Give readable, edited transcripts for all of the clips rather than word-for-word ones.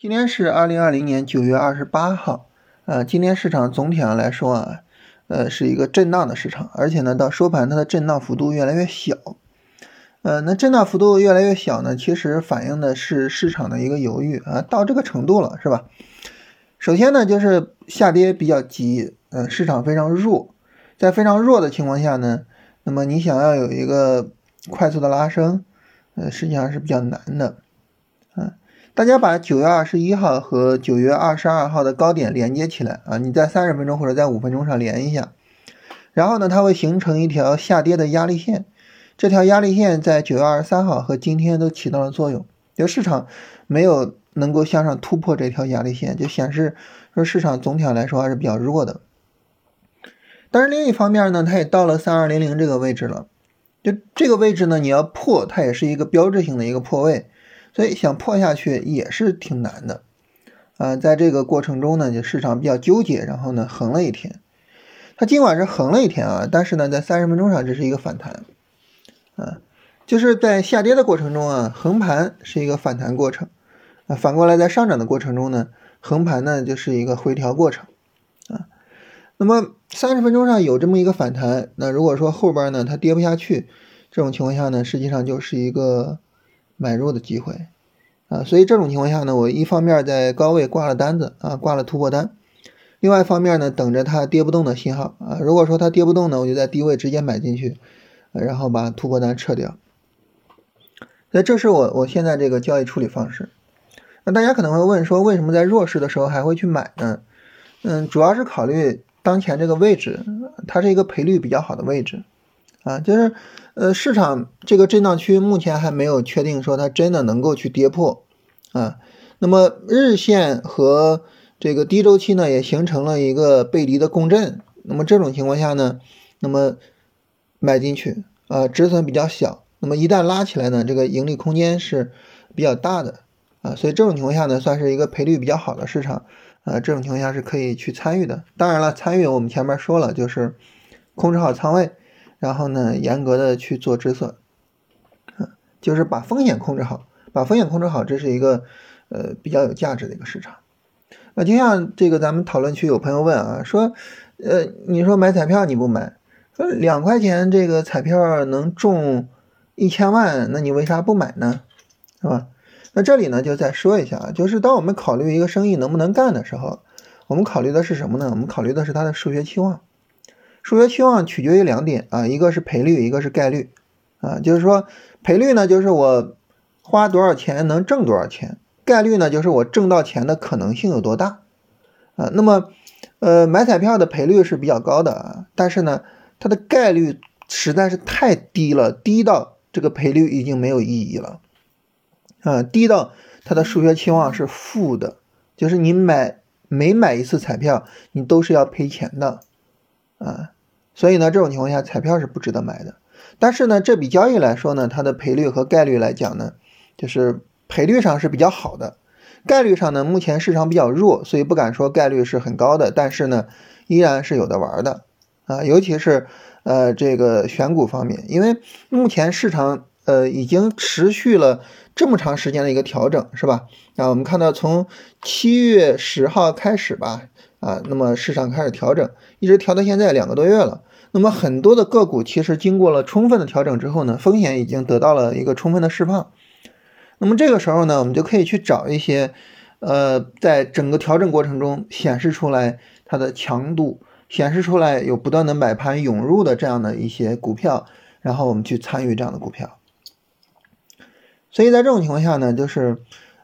今天是2020年9月28号，今天市场总体上来说啊，是一个震荡的市场，而且呢，到收盘它的震荡幅度越来越小，那震荡幅度越来越小呢，其实反映的是市场的一个犹豫啊，到这个程度了，是吧？首先呢，就是下跌比较急，市场非常弱，在非常弱的情况下呢，那么你想要有一个快速的拉升，实际上是比较难的，大家把9月21号和9月22号的高点连接起来啊，你在30分钟或者在5分钟上连一下，然后呢，它会形成一条下跌的压力线，这条压力线在9月23号和今天都起到了作用，就市场没有能够向上突破这条压力线，就显示说市场总体上来说还是比较弱的。但是另一方面呢，它也到了3200这个位置了，就这个位置呢，你要破它也是一个标志性的一个破位，所以想破下去也是挺难的在这个过程中呢，就市场比较纠结，然后呢横了一天。它尽管是横了一天啊，但是呢在30分钟上这是一个反弹就是在下跌的过程中啊，横盘是一个反弹过程反过来在上涨的过程中呢，横盘呢就是一个回调过程那么30分钟上有这么一个反弹，那如果说后边呢它跌不下去，这种情况下呢，实际上就是一个买入的机会所以这种情况下呢，我一方面在高位挂了单子挂了突破单，另外一方面呢，等着它跌不动的信号如果说它跌不动呢，我就在低位直接买进去然后把突破单撤掉。所以这是我现在这个交易处理方式。那大家可能会问说，为什么在弱势的时候还会去买呢？主要是考虑当前这个位置，它是一个赔率比较好的位置就是市场这个震荡区目前还没有确定说它真的能够去跌破那么日线和这个低周期呢也形成了一个背离的共振，那么这种情况下呢，那么买进去止损比较小，那么一旦拉起来呢，这个盈利空间是比较大的所以这种情况下呢，算是一个赔率比较好的市场这种情况下是可以去参与的。当然了，参与我们前面说了，就是控制好仓位，然后呢严格的去做止损就是把风险控制好，这是一个比较有价值的一个市场。那就像这个咱们讨论区有朋友问说你说买彩票你不买，说2块钱这个彩票能中1000万，那你为啥不买呢？是吧？那这里呢就再说一下就是当我们考虑一个生意能不能干的时候，我们考虑的是什么呢？我们考虑的是它的数学期望。数学期望取决于2点一个是赔率，一个是概率就是说赔率呢就是我花多少钱能挣多少钱，概率呢就是我挣到钱的可能性有多大那么买彩票的赔率是比较高的但是呢它的概率实在是太低了，低到这个赔率已经没有意义了低到它的数学期望是负的，就是你每买一次彩票你都是要赔钱的所以呢这种情况下彩票是不值得买的。但是呢这笔交易来说呢，它的赔率和概率来讲呢，就是赔率上是比较好的，概率上呢目前市场比较弱，所以不敢说概率是很高的，但是呢依然是有的玩的尤其是这个选股方面，因为目前市场已经持续了这么长时间的一个调整，是吧我们看到从7月10号开始吧那么市场开始调整，一直调到现在2个多月了。那么很多的个股其实经过了充分的调整之后呢，风险已经得到了一个充分的释放。那么这个时候呢，我们就可以去找一些在整个调整过程中显示出来它的强度，显示出来有不断的买盘涌入的这样的一些股票，然后我们去参与这样的股票。所以在这种情况下呢，就是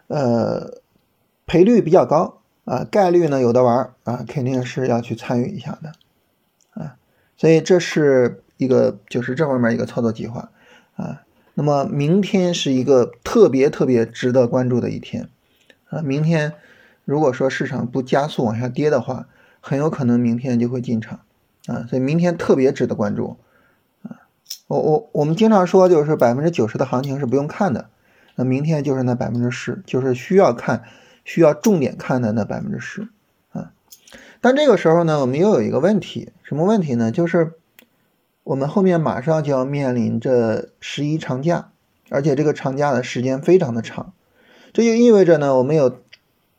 赔率比较高概率呢有的玩肯定是要去参与一下的所以这是一个就是这方面一个操作计划那么明天是一个特别值得关注的一天明天如果说市场不加速往下跌的话，很有可能明天就会进场所以明天特别值得关注我们经常说就是 90% 的行情是不用看的，那明天就是那 10%， 就是需要看需要重点看的那 10% 但这个时候呢我们又有一个问题，什么问题呢？就是我们后面马上就要面临着11长假，而且这个长假的时间非常的长，这就意味着呢我们有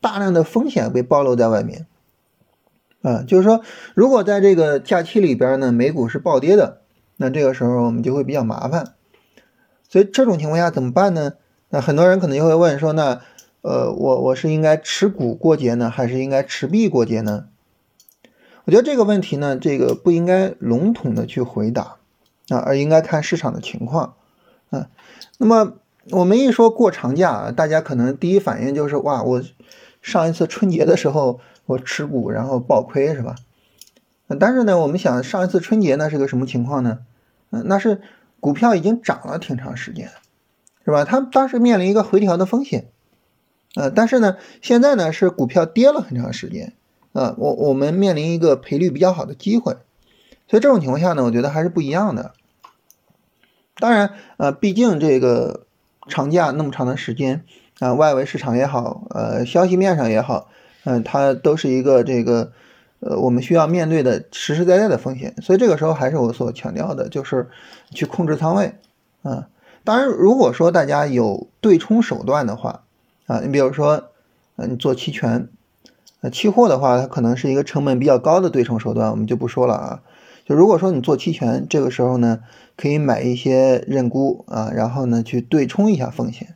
大量的风险被暴露在外面就是说如果在这个假期里边呢，美股是暴跌的，那这个时候我们就会比较麻烦。所以这种情况下怎么办呢？那很多人可能就会问说，那我是应该持股过节呢，还是应该持币过节呢？我觉得这个问题呢，这个不应该笼统的去回答而应该看市场的情况那么我们一说过长假大家可能第一反应就是哇，我上一次春节的时候我持股然后暴亏是吧？但是呢，我们想上一次春节呢是个什么情况呢？那是股票已经涨了挺长时间，是吧？它当时面临一个回调的风险，但是呢，现在呢是股票跌了很长时间，我们面临一个赔率比较好的机会，所以这种情况下呢，我觉得还是不一样的。当然，毕竟这个长假那么长的时间外围市场也好，消息面上也好，它都是一个这个我们需要面对的实实在在的风险，所以这个时候还是我所强调的，就是去控制仓位当然，如果说大家有对冲手段的话你比如说你做期权期货的话，它可能是一个成本比较高的对冲手段，我们就不说了就如果说你做期权，这个时候呢，可以买一些认沽然后呢去对冲一下风险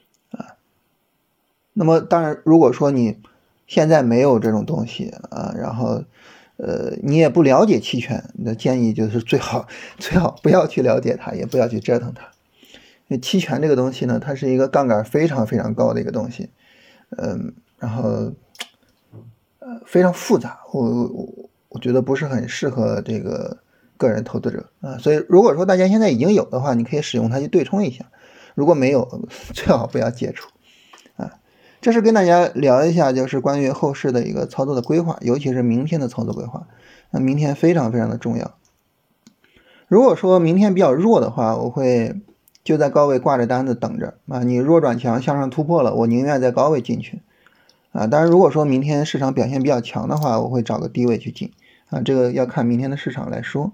那么当然，如果说你现在没有这种东西然后你也不了解期权，那建议就是最好不要去了解它，也不要去折腾它。期权这个东西呢，它是一个杠杆非常非常高的一个东西，然后非常复杂，我觉得不是很适合这个个人投资者所以如果说大家现在已经有的话，你可以使用它去对冲一下，如果没有，最好不要接触这是跟大家聊一下，就是关于后市的一个操作的规划，尤其是明天的操作规划。明天非常非常的重要。如果说明天比较弱的话，我会就在高位挂着单子等着你弱转强向上突破了，我宁愿在高位进去当然如果说明天市场表现比较强的话，我会找个低位去进这个要看明天的市场来说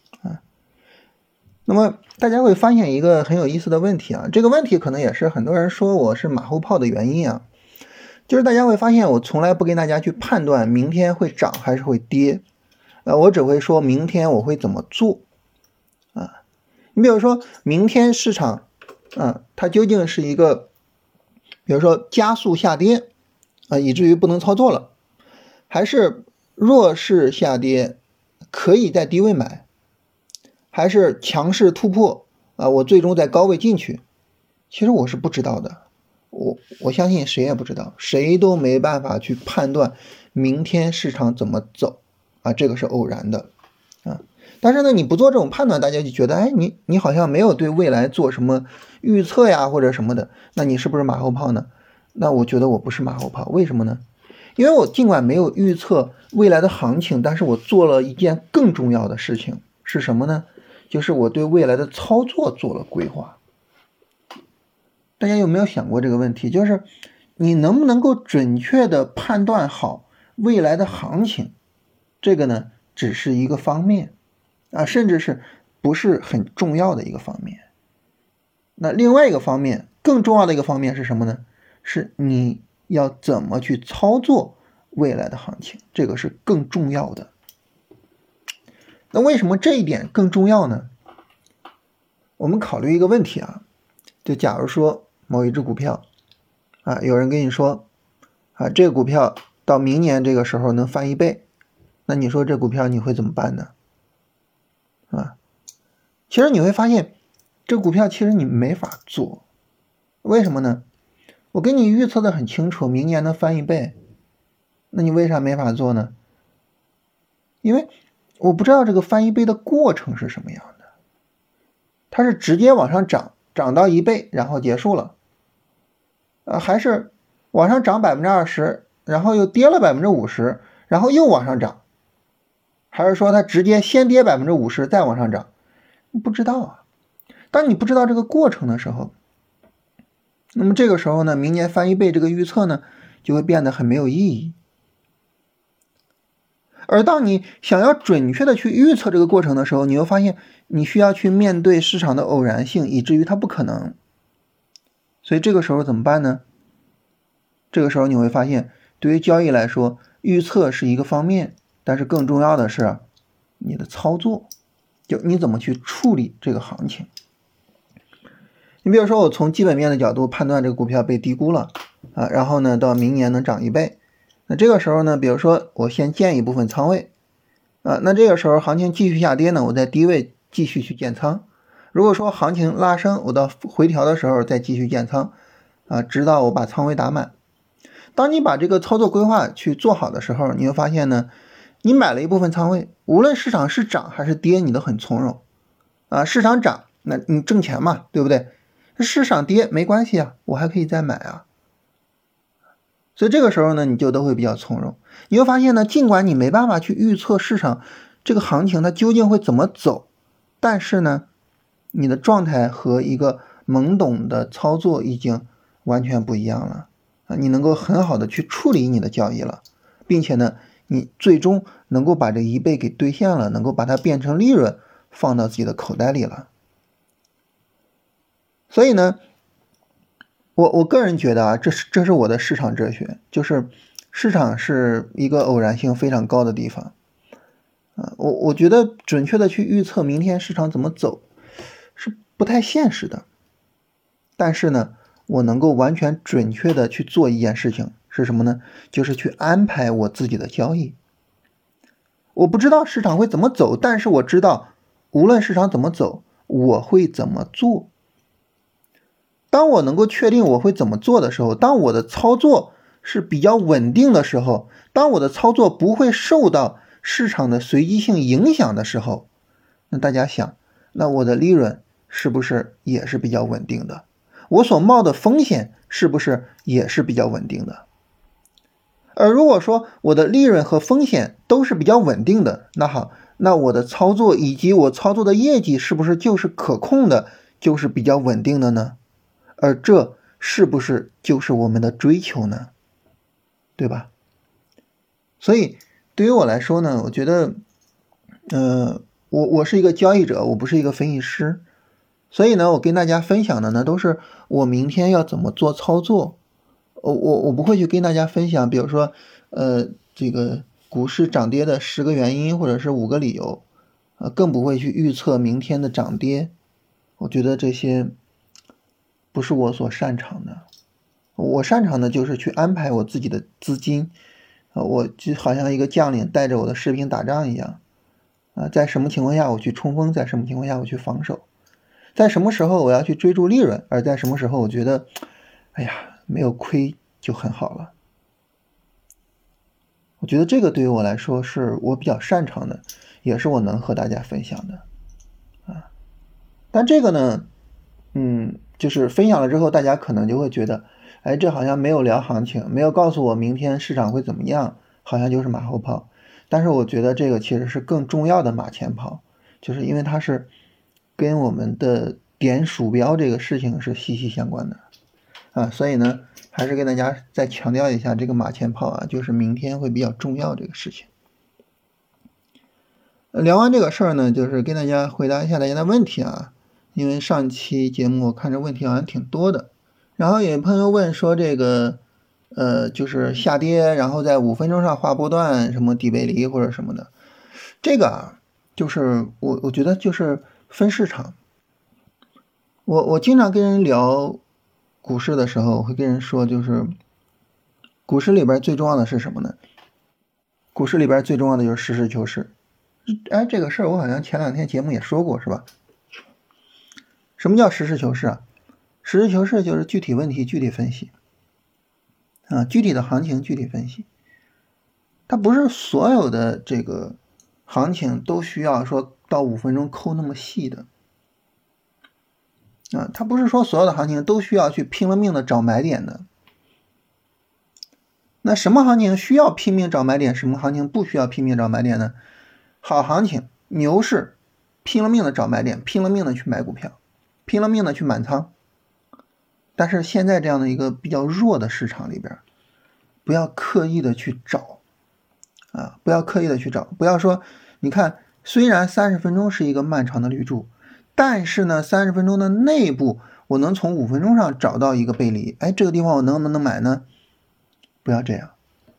那么大家会发现一个很有意思的问题这个问题可能也是很多人说我是马后炮的原因就是大家会发现我从来不跟大家去判断明天会涨还是会跌我只会说明天我会怎么做你比如说明天市场它究竟是一个比如说加速下跌以至于不能操作了，还是弱势下跌可以在低位买，还是强势突破我最终在高位进去，其实我是不知道的，我相信谁也不知道，谁都没办法去判断明天市场怎么走这个是偶然的但是呢，你不做这种判断，大家就觉得你好像没有对未来做什么预测呀或者什么的，那你是不是马后炮呢？那我觉得我不是马后炮，为什么呢？因为我尽管没有预测未来的行情，但是我做了一件更重要的事情，是什么呢？就是我对未来的操作做了规划。大家有没有想过这个问题？就是你能不能够准确的判断好未来的行情，这个呢只是一个方面甚至是不是很重要的一个方面。那另外一个方面，更重要的一个方面是什么呢？是你要怎么去操作未来的行情，这个是更重要的。那为什么这一点更重要呢？我们考虑一个问题就假如说某一只股票有人跟你说这个股票到明年这个时候能翻1倍，那你说这股票你会怎么办呢？其实你会发现这股票其实你没法做，为什么呢？我给你预测的很清楚，明年能翻1倍，那你为啥没法做呢？因为我不知道这个翻1倍的过程是什么样的，它是直接往上涨，涨到1倍然后结束了还是往上涨 20%， 然后又跌了 50%， 然后又往上涨，还是说它直接先跌 50% 再往上涨？你不知道当你不知道这个过程的时候，那么这个时候呢，明年翻1倍这个预测呢就会变得很没有意义。而当你想要准确的去预测这个过程的时候，你又发现你需要去面对市场的偶然性，以至于它不可能。所以这个时候怎么办呢？这个时候你会发现对于交易来说，预测是一个方面，但是更重要的是你的操作，就你怎么去处理这个行情。你比如说我从基本面的角度判断这个股票被低估了然后呢到明年能涨1倍，那这个时候呢，比如说我先建一部分仓位那这个时候行情继续下跌呢，我在低位继续去建仓。如果说行情拉升，我到回调的时候再继续建仓直到我把仓位打满。当你把这个操作规划去做好的时候，你会发现呢，你买了一部分仓位，无论市场是涨还是跌，你都很从容市场涨，那你挣钱嘛，对不对？市场跌没关系我还可以再买所以这个时候呢，你就都会比较从容。你会发现呢，尽管你没办法去预测市场这个行情它究竟会怎么走，但是呢，你的状态和一个懵懂的操作已经完全不一样了你能够很好的去处理你的交易了，并且呢，你最终能够把这1倍给兑现了，能够把它变成利润放到自己的口袋里了。所以呢，我个人觉得这是我的市场哲学，就是市场是一个偶然性非常高的地方我觉得准确的去预测明天市场怎么走是不太现实的，但是呢，我能够完全准确的去做一件事情是什么呢？就是去安排我自己的交易。我不知道市场会怎么走，但是我知道无论市场怎么走，我会怎么做。当我能够确定我会怎么做的时候，当我的操作是比较稳定的时候，当我的操作不会受到市场的随机性影响的时候，那大家想，那我的利润是不是也是比较稳定的？我所冒的风险是不是也是比较稳定的？而如果说我的利润和风险都是比较稳定的，那好，那我的操作以及我操作的业绩是不是就是可控的，就是比较稳定的呢？而这是不是就是我们的追求呢？对吧？所以对于我来说呢，我觉得我是一个交易者，我不是一个分析师，所以呢，我跟大家分享的呢，都是我明天要怎么做操作。我不会去跟大家分享，比如说这个股市涨跌的10个原因，或者是5个理由更不会去预测明天的涨跌。我觉得这些不是我所擅长的，我擅长的就是去安排我自己的资金我就好像一个将领带着我的士兵打仗一样在什么情况下我去冲锋，在什么情况下我去防守，在什么时候我要去追逐利润，而在什么时候我觉得哎呀没有亏就很好了。我觉得这个对于我来说是我比较擅长的，也是我能和大家分享的但这个呢就是分享了之后，大家可能就会觉得哎，这好像没有聊行情，没有告诉我明天市场会怎么样，好像就是马后炮。但是我觉得这个其实是更重要的马前炮，就是因为它是跟我们的点鼠标这个事情是息息相关的所以呢还是跟大家再强调一下这个马前炮就是明天会比较重要这个事情。聊完这个事儿呢，就是跟大家回答一下大家的问题因为上期节目我看着问题好像挺多的，然后有朋友问说这个就是下跌然后在5分钟上画波段什么底背离或者什么的，这个就是我觉得就是分市场。我经常跟人聊股市的时候，我会跟人说，就是股市里边最重要的是什么呢？股市里边最重要的就是实事求是。哎，这个事儿我好像前2天节目也说过，是吧？什么叫实事求是实事求是就是具体问题具体分析具体的行情具体分析。它不是所有的这个行情都需要说到5分钟抠那么细的它不是说所有的行情都需要去拼了命的找买点的。那什么行情需要拼命找买点，什么行情不需要拼命找买点呢？好行情牛市拼了命的找买点，拼了命的去买股票，拼了命的去满仓。但是现在这样的一个比较弱的市场里边，不要刻意的去找不要刻意的去找。不要说你看虽然30分钟是一个漫长的绿柱，但是呢30分钟的内部我能从5分钟上找到一个背离，哎，这个地方我能不能买呢？不要这样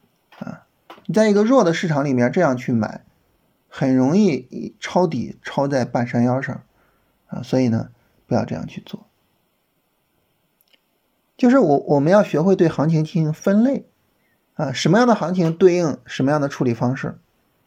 你在一个弱的市场里面这样去买，很容易抄底抄在半山腰上啊，所以呢，不要这样去做。就是我们要学会对行情进行分类啊，什么样的行情对应什么样的处理方式，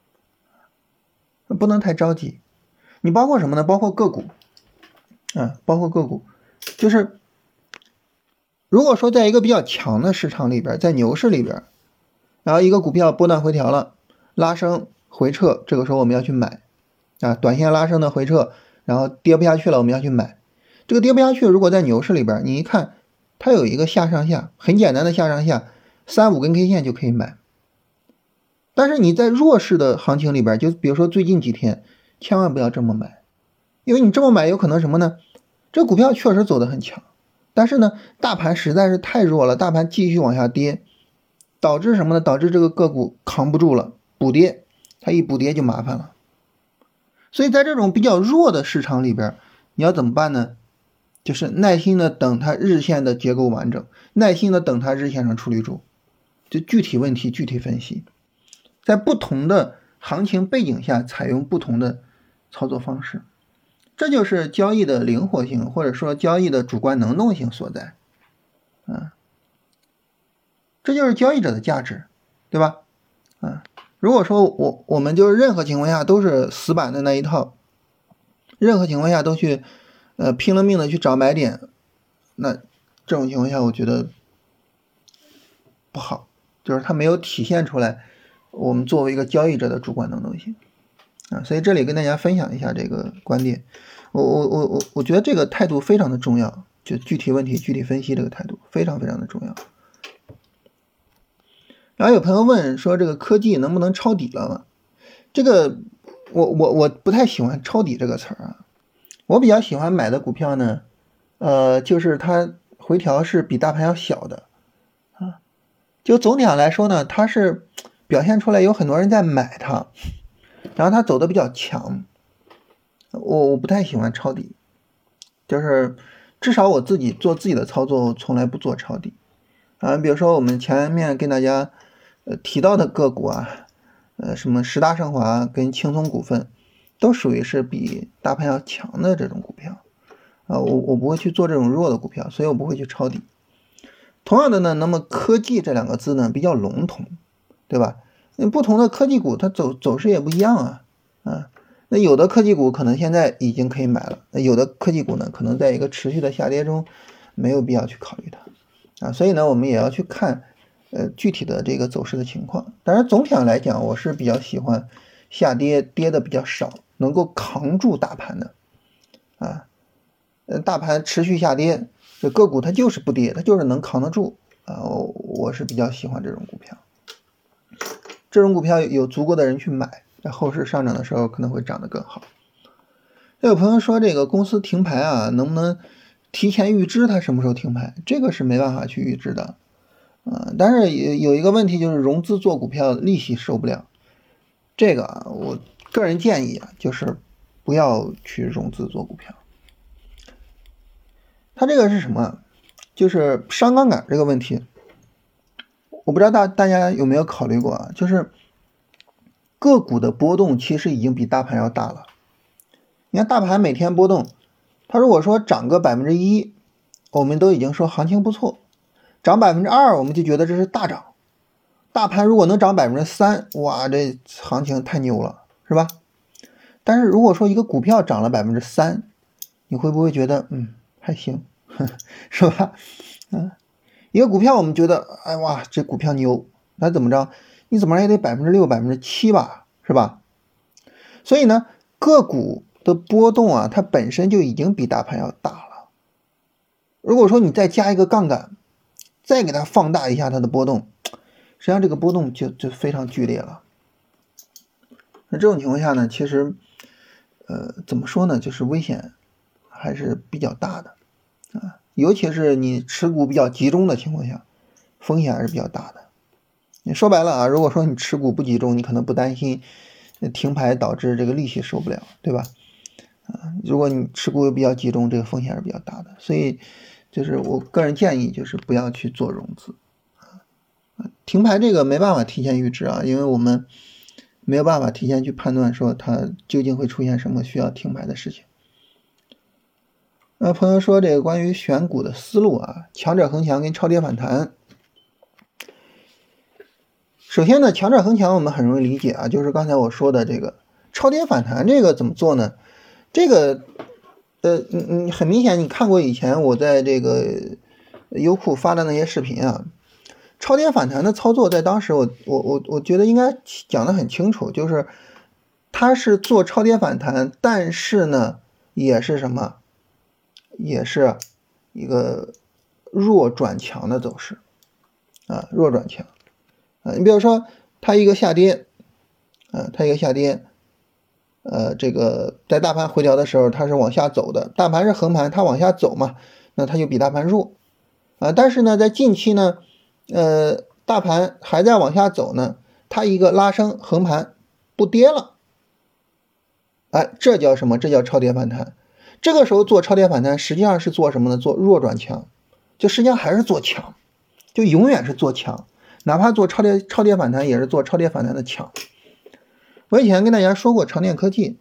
不能太着急。你包括什么呢？包括个股啊，包括个股，就是如果说在一个比较强的市场里边，在牛市里边，然后一个股票波段回调了，拉升回撤，这个时候我们要去买啊，短线拉升的回撤，然后跌不下去了，我们要去买。这个跌不下去，如果在牛市里边，你一看它有一个下上下，很简单的下上下，3-5根 K 线就可以买。但是你在弱势的行情里边，就比如说最近几天，千万不要这么买，因为你这么买有可能什么呢？这股票确实走得很强，但是呢，大盘实在是太弱了，大盘继续往下跌，导致什么呢？导致这个个股扛不住了，补跌，它一补跌就麻烦了。所以在这种比较弱的市场里边，你要怎么办呢？就是耐心的等它日线的结构完整，耐心的等它日线上出绿柱，就具体问题具体分析，在不同的行情背景下采用不同的操作方式，这就是交易的灵活性，或者说交易的主观能动性所在啊，这就是交易者的价值，对吧？啊，如果说我们就是任何情况下都是死板的那一套，任何情况下都去拼了命的去找买点，那这种情况下我觉得不好，就是它没有体现出来我们作为一个交易者的主观能动性啊，所以这里跟大家分享一下这个观点。我觉得这个态度非常的重要，就具体问题具体分析这个态度非常非常的重要。然后有朋友问说这个科技能不能抄底了嘛？这个我不太喜欢抄底这个词儿啊，我比较喜欢买的股票呢，就是它回调是比大盘要小的啊，就总体上来说呢，它是表现出来有很多人在买它，然后它走的比较强，我不太喜欢抄底，就是至少我自己做自己的操作，从来不做抄底啊。比如说我们前面跟大家提到的个股啊，什么十大盛华跟青松股份，都属于是比大盘要强的这种股票啊。我不会去做这种弱的股票，所以我不会去抄底。同样的呢，那么科技这两个字呢比较笼统，对吧？不同的科技股它走势也不一样啊。那有的科技股可能现在已经可以买了，那有的科技股呢可能在一个持续的下跌中，没有必要去考虑它啊。所以呢，我们也要去看具体的这个走势的情况。当然总体上来讲，我是比较喜欢下跌跌的比较少，能够扛住大盘的啊。大盘持续下跌，这个股它就是不跌，它就是能扛得住啊。我是比较喜欢这种股票，这种股票有足够的人去买，在后市上涨的时候可能会涨得更好。有朋友说这个公司停牌啊，能不能提前预知它什么时候停牌？这个是没办法去预知的但是有一个问题就是融资做股票利息受不了，这个我个人建议就是不要去融资做股票。它这个是什么？就是上杠杆这个问题，我不知道大家有没有考虑过啊？就是个股的波动其实已经比大盘要大了。你看大盘每天波动，它如果说涨个1%，我们都已经说行情不错；涨2%，我们就觉得这是大涨。大盘如果能涨3%，哇，这行情太牛了，是吧？但是如果说一个股票涨了3%，你会不会觉得还行，是吧？一个股票我们觉得哎哇这股票牛，那怎么着？你怎么着也得6%、7%吧，是吧？所以呢，个股的波动啊，它本身就已经比大盘要大了。如果说你再加一个杠杆，再给它放大一下它的波动，实际上这个波动就非常剧烈了。那这种情况下呢，其实怎么说呢，就是危险还是比较大的啊，尤其是你持股比较集中的情况下，风险还是比较大的。你说白了啊，如果说你持股不集中，你可能不担心停牌导致这个利息受不了，对吧？如果你持股又比较集中，这个风险是比较大的。所以就是我个人建议就是不要去做融资停牌这个没办法提前预知啊，因为我们没有办法提前去判断说它究竟会出现什么需要停牌的事情。朋友说这个关于选股的思路啊，强者恒强跟超跌反弹。首先呢，强者恒强我们很容易理解啊，就是刚才我说的这个超跌反弹这个怎么做呢？这个很明显你看过以前我在这个优酷发的那些视频啊，超跌反弹的操作在当时我觉得应该讲得很清楚，就是它是做超跌反弹，但是呢也是什么？也是一个弱转强的走势啊，弱转强啊。你比如说它一个下跌它一个下跌这个在大盘回调的时候它是往下走的，大盘是横盘，它往下走嘛，那它就比大盘弱啊。但是呢在近期呢大盘还在往下走呢，它一个拉升横盘不跌了，这叫什么？这叫超跌反弹。这个时候做超跌反弹实际上是做什么呢？做弱转强，就实际上还是做强，就永远是做强，哪怕做超跌反弹也是做超跌反弹的强。我以前跟大家说过长电科技，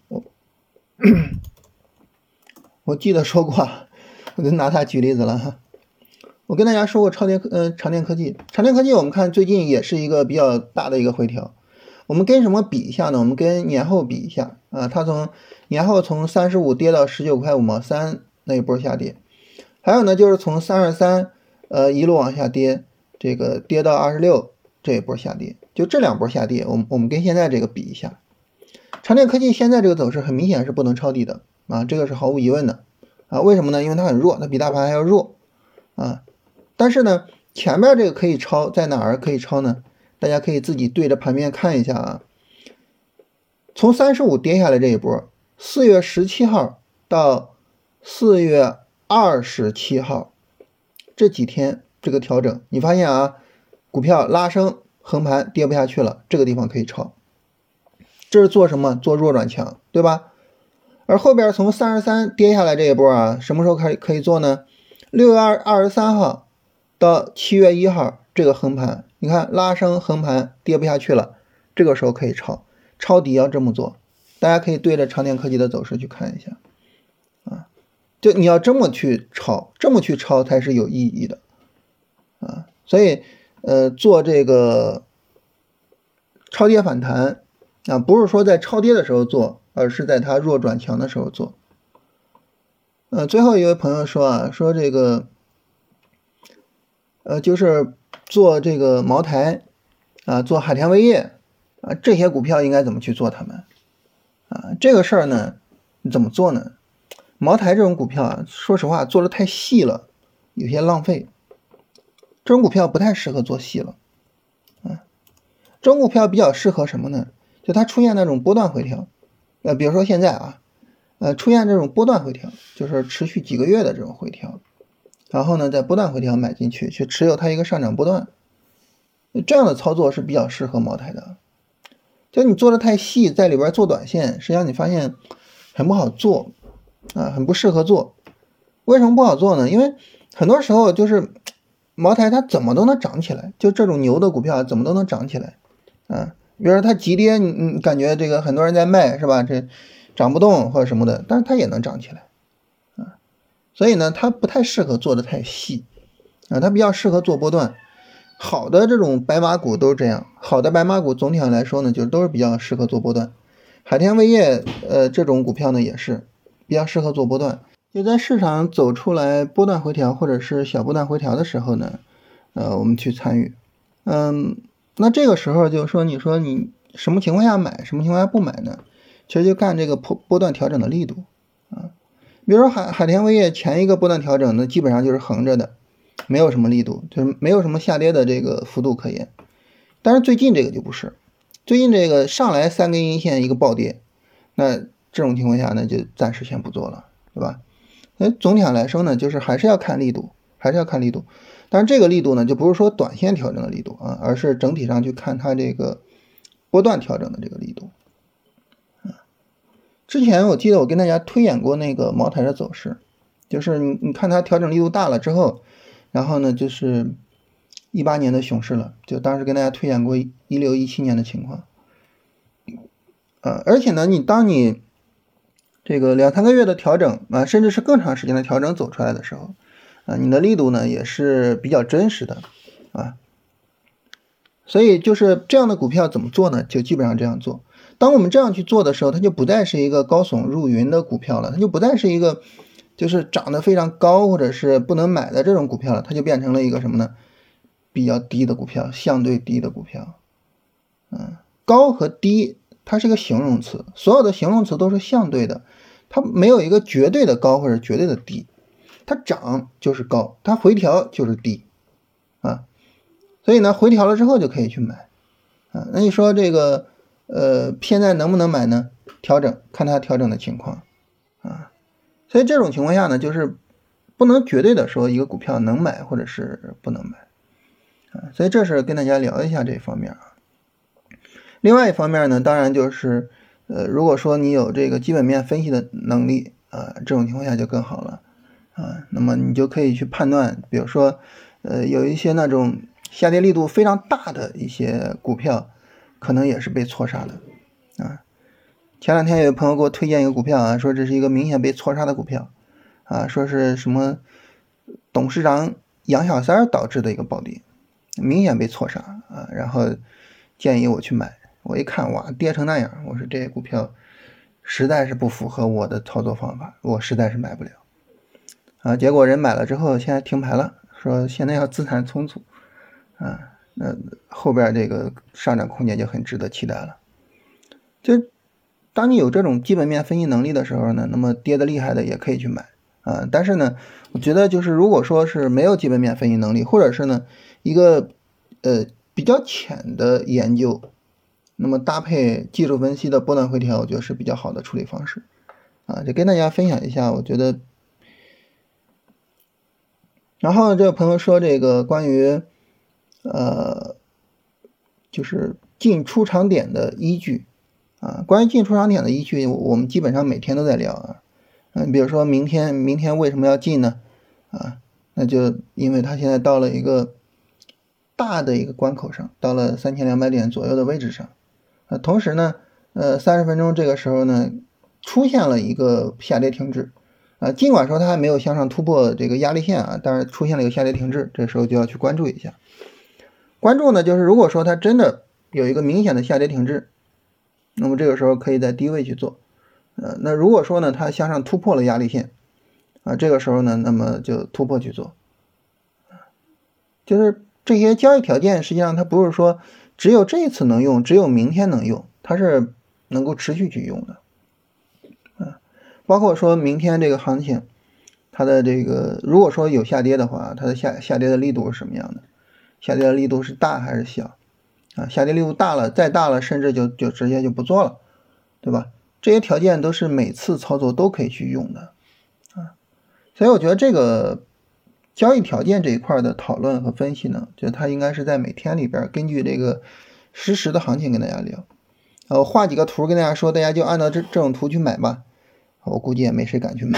我记得说过，我就拿它举例子了哈。我跟大家说过长电科技我们看最近也是一个比较大的一个回调。我们跟什么比一下呢？我们跟年后比一下啊，它从年后从35跌到19.5块毛3那一波下跌，还有呢就是从33一路往下跌，这个跌到26这一波下跌，就这两波下跌，我们跟现在这个比一下，长电科技现在这个走势很明显是不能抄底的啊，这个是毫无疑问的啊。为什么呢？因为它很弱，它比大盘还要弱啊。但是呢，前面这个可以抄，在哪儿可以抄呢？大家可以自己对着盘面看一下啊。从35跌下来这一波，4月17号到4月27号这几天这个调整，你发现啊，股票拉升横盘跌不下去了，这个地方可以抄。这是做什么？做弱转强，对吧？而后边从33跌下来这一波啊，什么时候可以做呢？6月23号到7月1号这个横盘，你看拉升横盘跌不下去了，这个时候可以抄底要这么做。大家可以对着长电科技的走势去看一下啊，就你要这么去抄才是有意义的啊。所以做这个超跌反弹啊，不是说在超跌的时候做，而是在它弱转强的时候做。最后一位朋友说啊，说这个就是做这个茅台啊，做海天味业啊，这些股票应该怎么去做它们啊？这个事儿呢怎么做呢？茅台这种股票啊，说实话做的太细了，有些浪费，这种股票不太适合做细了啊。这种股票比较适合什么呢？就它出现那种波段回调，比如说现在啊出现这种波段回调，就是持续几个月的这种回调，然后呢在波段回调买进去，去持有它一个上涨波段，这样的操作是比较适合茅台的。就你做的太细，在里边做短线，实际上你发现很不好做啊，很不适合做。为什么不好做呢？因为很多时候就是茅台它怎么都能涨起来，就这种牛的股票怎么都能涨起来啊。比如说它急跌，你感觉这个很多人在卖是吧？这涨不动或者什么的，但是它也能涨起来啊。所以呢，它不太适合做的太细啊，它比较适合做波段。好的这种白马股都是这样，好的白马股总体上来说呢，就都是比较适合做波段。海天味业这种股票呢也是比较适合做波段。就在市场走出来波段回调或者是小波段回调的时候呢，我们去参与。那这个时候就是说，你说你什么情况下买，什么情况下不买呢？其实就看这个波段调整的力度啊。比如说海天味业前一个波段调整呢，基本上就是横着的，没有什么力度，就是没有什么下跌的这个幅度可言。但是最近这个就不是，最近这个上来3根阴线一个暴跌，那这种情况下呢，就暂时先不做了，对吧？总体上来说呢，就是还是要看力度，但是这个力度呢，就不是说短线调整的力度啊，而是整体上去看它这个波段调整的这个力度。之前我记得我跟大家推演过那个茅台的走势，就是你看它调整力度大了之后，然后呢就是 18年的熊市了，就当时跟大家推荐过16、17年的情况。而且呢，当你这个2、3个月的调整啊，甚至是更长时间的调整走出来的时候，你的力度呢也是比较真实的啊。所以就是这样的股票怎么做呢？就基本上这样做。当我们这样去做的时候，它就不再是一个高耸入云的股票了，它就不再是一个就是涨得非常高或者是不能买的这种股票了，它就变成了一个什么呢？比较低的股票，相对低的股票。高和低它是一个形容词，所有的形容词都是相对的，它没有一个绝对的高或者绝对的低，它涨就是高，它回调就是低啊。所以呢，回调了之后就可以去买啊。那你说这个现在能不能买呢？调整，看它调整的情况啊。所以这种情况下呢，就是不能绝对的说一个股票能买或者是不能买啊。所以这是跟大家聊一下这方面啊。另外一方面呢，当然就是如果说你有这个基本面分析的能力啊，这种情况下就更好了啊。那么你就可以去判断，比如说有一些那种下跌力度非常大的一些股票，可能也是被错杀的啊。前两天有朋友给我推荐一个股票啊，说这是一个明显被错杀的股票啊，说是什么董事长杨小三导致的一个暴跌，明显被错杀啊，然后建议我去买。我一看，哇，跌成那样，我说这些股票实在是不符合我的操作方法，我实在是买不了啊。结果人买了之后现在停牌了，说现在要资产重组啊，那后边这个上涨空间就很值得期待了。就当你有这种基本面分析能力的时候呢，那么跌得厉害的也可以去买啊。但是呢，我觉得就是如果说是没有基本面分析能力，或者是呢一个比较浅的研究，那么搭配技术分析的波段回调，我觉得是比较好的处理方式啊，就跟大家分享一下，我觉得。然后这个朋友说这个关于就是进出场点的依据啊，关于进出场点的依据，我们基本上每天都在聊啊。比如说明天为什么要进呢？啊，那就因为它现在到了一个大的一个关口上，到了3200点左右的位置上。同时呢，30分钟这个时候呢，出现了一个下跌停滞啊，尽管说它还没有向上突破这个压力线啊，但是出现了一个下跌停滞，这时候就要去关注一下。关注呢，就是如果说它真的有一个明显的下跌停滞，那么这个时候可以在低位去做。那如果说呢，它向上突破了压力线啊，这个时候呢，那么就突破去做。就是这些交易条件，实际上它不是说只有这一次能用，只有明天能用，它是能够持续去用的。包括说明天这个行情，它的这个如果说有下跌的话，它的下跌的力度是什么样的？下跌的力度是大还是小？啊，下跌力度大了，再大了，甚至就直接就不做了，对吧？这些条件都是每次操作都可以去用的啊。所以我觉得这个交易条件这一块的讨论和分析呢，就它应该是在每天里边根据这个实时的行情跟大家聊。我画几个图跟大家说，大家就按照这种图去买吧。我估计也没谁敢去买。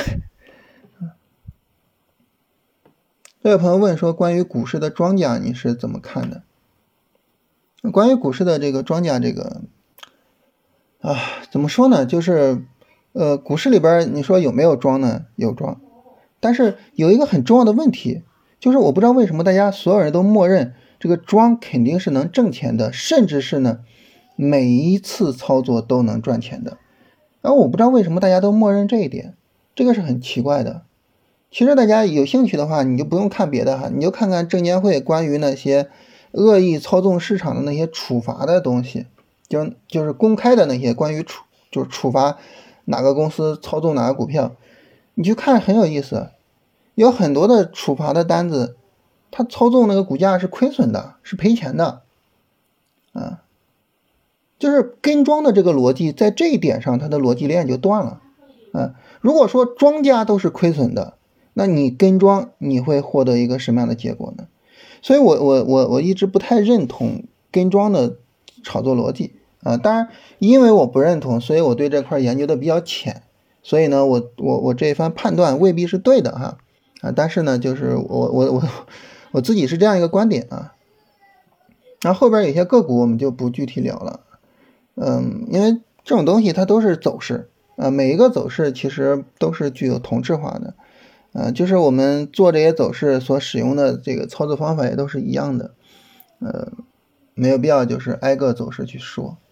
这位朋友问说，关于股市的庄家你是怎么看的？关于股市的这个庄家这个啊，怎么说呢？就是股市里边你说有没有庄呢？有庄，但是有一个很重要的问题，就是我不知道为什么大家所有人都默认这个庄肯定是能挣钱的，甚至是呢每一次操作都能赚钱的。我不知道为什么大家都默认这一点，这个是很奇怪的。其实大家有兴趣的话，你就不用看别的哈，你就看看证监会关于那些恶意操纵市场的那些处罚的东西，就是公开的那些关于就是处罚哪个公司操纵哪个股票，你去看很有意思，有很多的处罚的单子，它操纵那个股价是亏损的，是赔钱的啊。就是跟庄的这个逻辑，在这一点上它的逻辑链就断了啊。如果说庄家都是亏损的，那你跟庄你会获得一个什么样的结果呢？所以我一直不太认同跟庄的炒作逻辑啊。当然因为我不认同，所以我对这块研究的比较浅，所以呢我这一番判断未必是对的哈啊。但是呢就是我自己是这样一个观点啊。 那后边有些个股我们就不具体聊了，因为这种东西它都是走势，每一个走势其实都是具有同质化的，就是我们做这些走势所使用的这个操作方法也都是一样的，没有必要就是挨个走势去说。